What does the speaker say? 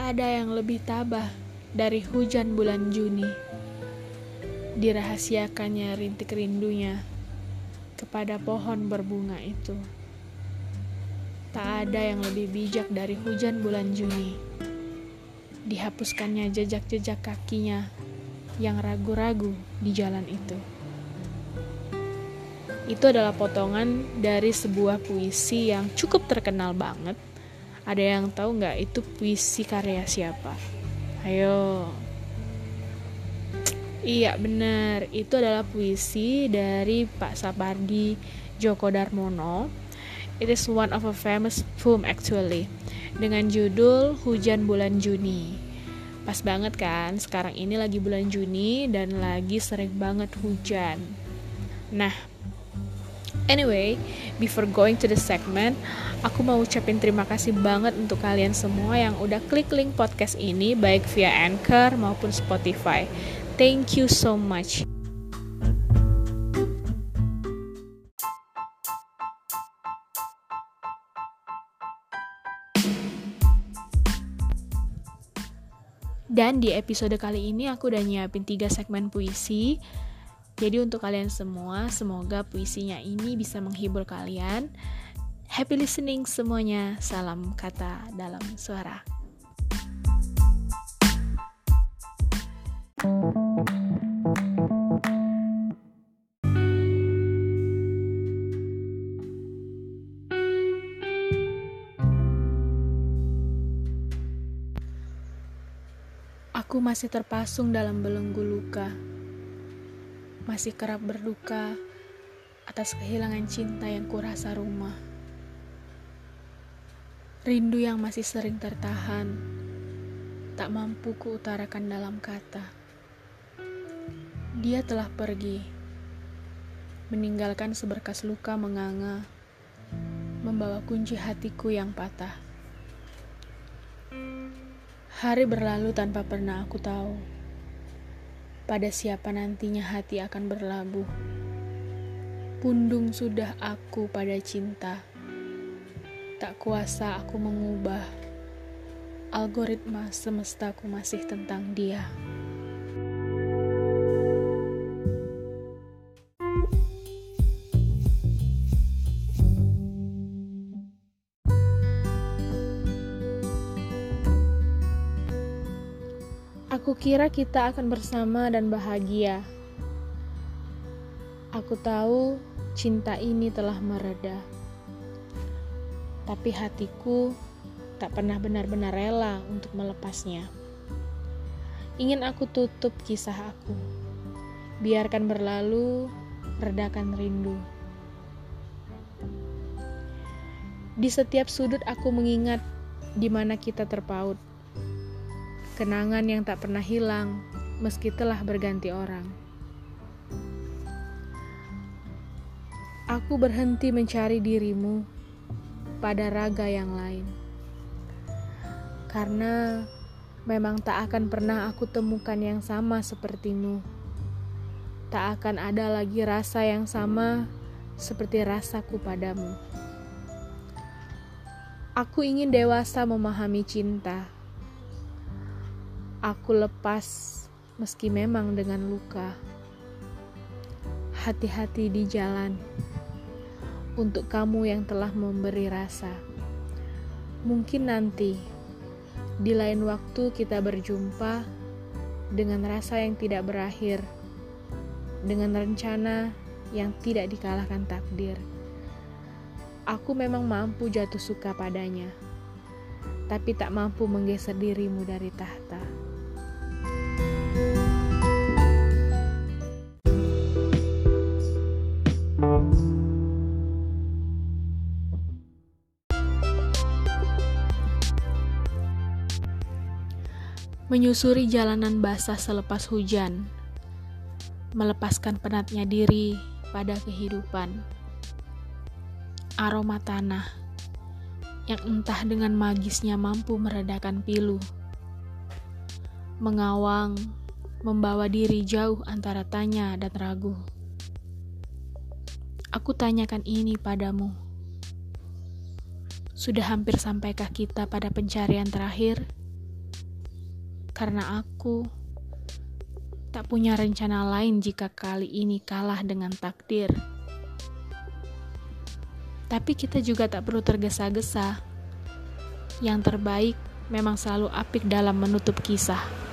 ada yang lebih tabah dari hujan bulan Juni. Dirahasiakannya rintik rindunya kepada pohon berbunga itu. Tak ada yang lebih bijak dari hujan bulan Juni. Dihapuskannya jejak-jejak kakinya yang ragu-ragu di jalan itu. Itu adalah potongan dari sebuah puisi yang cukup terkenal banget. Ada yang tahu nggak itu puisi karya siapa? Ayo. Iya benar, itu adalah puisi dari Pak Sapardi Djoko Darmono. It is one of a famous poem actually, dengan judul Hujan Bulan Juni. Pas banget kan, sekarang ini lagi bulan Juni dan lagi sering banget hujan. Nah, anyway, before going to the segment, aku mau ucapin terima kasih banget untuk kalian semua yang udah klik link podcast ini baik via Anchor maupun Spotify. Thank you so much. Dan di episode kali ini aku udah nyiapin 3 segmen puisi. Jadi untuk kalian semua, semoga puisinya ini bisa menghibur kalian. Happy listening semuanya. Salam kata dalam suara. Aku masih terpasung dalam belenggu luka. Masih kerap berduka atas kehilangan cinta yang kurasa rumah. Rindu yang masih sering tertahan, tak mampu kuutarakan dalam kata. Dia telah pergi, meninggalkan seberkas luka menganga, membawa kunci hatiku yang patah. Hari berlalu tanpa pernah aku tahu pada siapa nantinya hati akan berlabuh. Pundung sudah aku pada cinta, tak kuasa aku mengubah. Algoritma semestaku masih tentang dia. Aku kira kita akan bersama dan bahagia. Aku tahu cinta ini telah mereda. Tapi hatiku tak pernah benar-benar rela untuk melepasnya. Ingin aku tutup kisah aku. Biarkan berlalu, redakan rindu. Di setiap sudut aku mengingat di mana kita terpaut. Kenangan yang tak pernah hilang, meski telah berganti orang. Aku berhenti mencari dirimu pada raga yang lain. Karena memang tak akan pernah aku temukan yang sama sepertimu. Tak akan ada lagi rasa yang sama seperti rasaku padamu. Aku ingin dewasa memahami cinta. Aku lepas meski memang dengan luka. Hati-hati di jalan untuk kamu yang telah memberi rasa. Mungkin nanti di lain waktu kita berjumpa dengan rasa yang tidak berakhir, dengan rencana yang tidak dikalahkan takdir. Aku memang mampu jatuh suka padanya, tapi tak mampu menggeser dirimu dari tahta. Menyusuri jalanan basah selepas hujan, melepaskan penatnya diri pada kehidupan. Aroma tanah yang entah dengan magisnya mampu meredakan pilu. Mengawang, membawa diri jauh antara tanya dan ragu. Aku tanyakan ini padamu. Sudah hampir sampaikah kita pada pencarian terakhir? karena aku tak punya rencana lain jika kali ini kalah dengan takdir. Tapi kita juga tak perlu tergesa-gesa. Yang terbaik memang selalu apik dalam menutup kisah.